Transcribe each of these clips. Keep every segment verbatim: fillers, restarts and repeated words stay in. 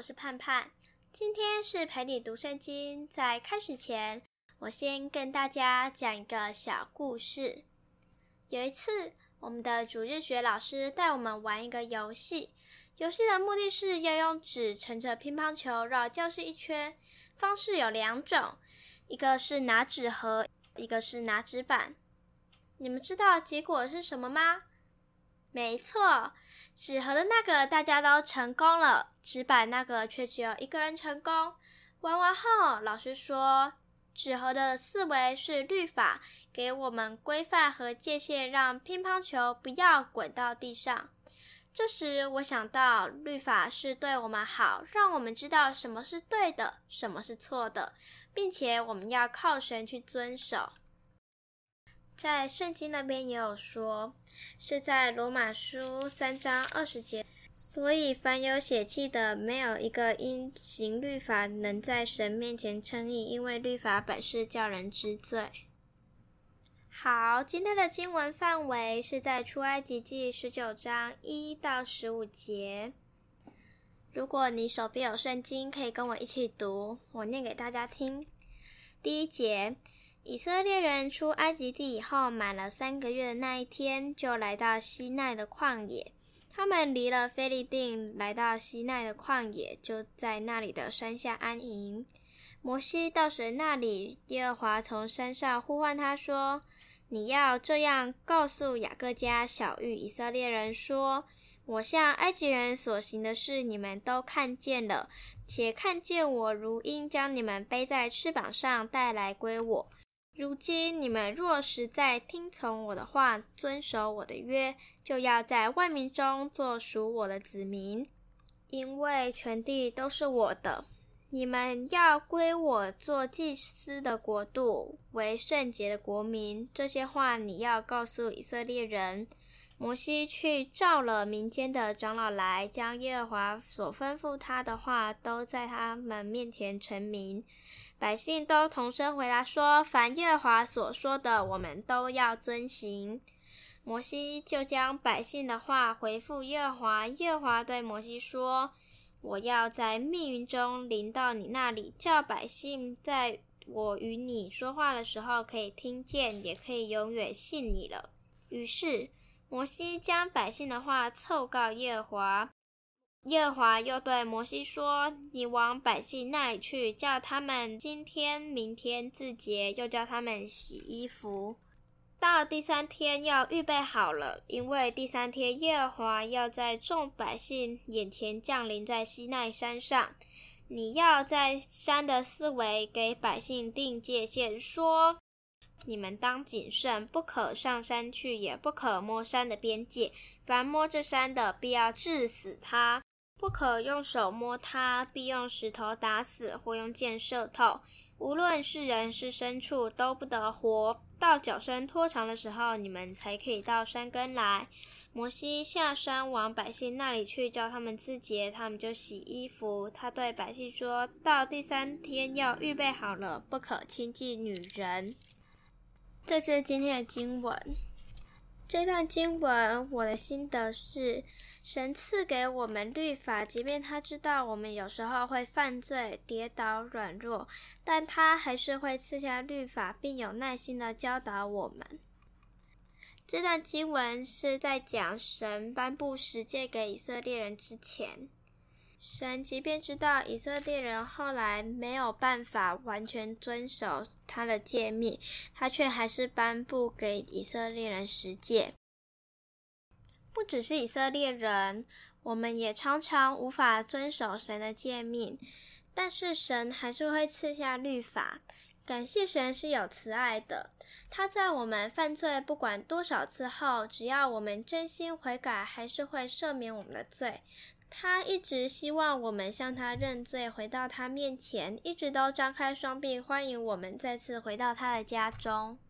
是盼盼。今天是陪你读圣经，在开始前，我先跟大家讲一个小故事。有一次，我们的主日学老师带我们玩一个游戏，游戏的目的是要用纸盛着乒乓球绕教室一圈，方式有两种，一个是拿纸盒，一个是拿纸板。你们知道结果是什么吗？没错，纸盒的那个大家都成功了，纸板那个却只有一个人成功。玩完后，老师说，纸盒的四维是律法，给我们规范和界限，让乒乓球不要滚到地上。这时我想到，律法是对我们好，让我们知道什么是对的，什么是错的，并且我们要靠神去遵守。在圣经那边也有说，是在罗马书三章二十节，所以凡有血气的，没有一个因行律法能在神面前称义，因为律法本是叫人知罪。好，今天的经文范围是在出埃及记十九章一到十五节。如果你手边有圣经，可以跟我一起读，我念给大家听。第一节，以色列人出埃及地以后，满了三个月的那一天，就来到西奈的旷野。他们离了非利定，来到西奈的旷野，就在那里的山下安营。摩西到神那里，耶和华从山上呼唤他说，你要这样告诉雅各家小谕以色列人说，我向埃及人所行的事，你们都看见了，且看见我如鹰将你们背在翅膀上带来归我。如今你们若实在听从我的话，遵守我的约，就要在万民中做属我的子民，因为全地都是我的。你们要归我做祭司的国度，为圣洁的国民。这些话你要告诉以色列人。摩西去召了民间的长老来，将耶和华所吩咐他的话都在他们面前陈明。百姓都同声回答说，凡耶和华所说的，我们都要遵行。摩西就将百姓的话回复耶和华。耶和华对摩西说，我要在密云中临到你那里，叫百姓在我与你说话的时候可以听见，也可以永远信你了。于是摩西将百姓的话奏告耶和华。耶和华又对摩西说，你往百姓那里去，叫他们今天明天自洁，又叫他们洗衣服。到第三天要预备好了，因为第三天耶和华要在众百姓眼前降临在西奈山上。你要在山的四围给百姓定界限，说，你们当谨慎，不可上山去，也不可摸山的边界。凡摸这山的，必要治死他；不可用手摸它，必用石头打死，或用箭射透。无论是人是牲畜，都不得活。到脚伸拖长的时候，你们才可以到山根来。摩西下山往百姓那里去，叫他们自洁，他们就洗衣服。他对百姓说，到第三天要预备好了，不可亲近女人。这就是今天的经文。这段经文我的心得是，神赐给我们律法，即便他知道我们有时候会犯罪、跌倒、软弱，但他还是会赐下律法，并有耐心的教导我们。这段经文是在讲神颁布十诫给以色列人之前，神即便知道以色列人后来没有办法完全遵守他的诫命，他却还是颁布给以色列人十诫。不只是以色列人，我们也常常无法遵守神的诫命，但是神还是会赐下律法。感谢神是有慈爱的，他在我们犯罪不管多少次后，只要我们真心悔改，还是会赦免我们的罪。他一直希望我们向他认罪，回到他面前，一直都张开双臂欢迎我们再次回到他的家中。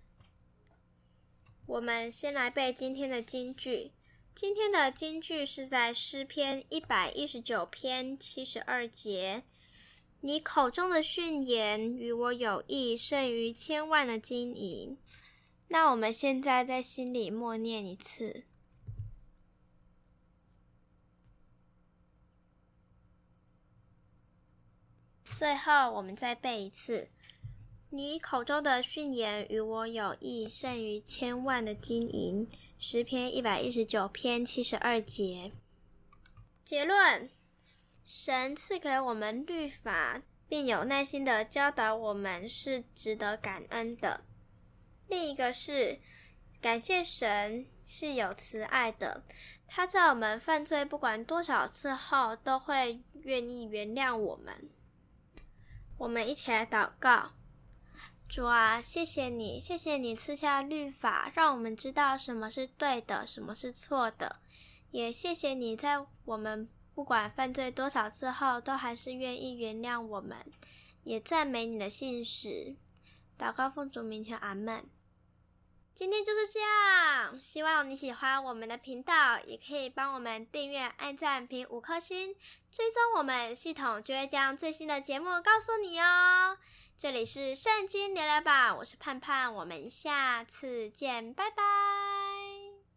我们先来背今天的金句。今天的金句是在诗篇一百一十九篇七十二节。你口中的训言与我有益，胜于千万的金银。那我们现在在心里默念一次。 最后，我们再背一次：你口中的训言与我有益，胜于千万的金银。诗篇一百一十九篇七十二节。结论：神赐给我们律法，并有耐心的教导我们，是值得感恩的。另一个是感谢神是有慈爱的，他在我们犯罪不管多少次后，都会愿意原谅我们。我们一起来祷告。主啊，谢谢你，谢谢你赐下律法，让我们知道什么是对的，什么是错的。也谢谢你在我们不管犯罪多少次后，都还是愿意原谅我们。也赞美你的信实。祷告奉主名求，阿们。今天就是这样，希望你喜欢我们的频道，也可以帮我们订阅、按赞、评五颗星，追踪我们，系统就会将最新的节目告诉你哦。这里是圣经聊聊吧，我是盼盼，我们下次见，拜拜。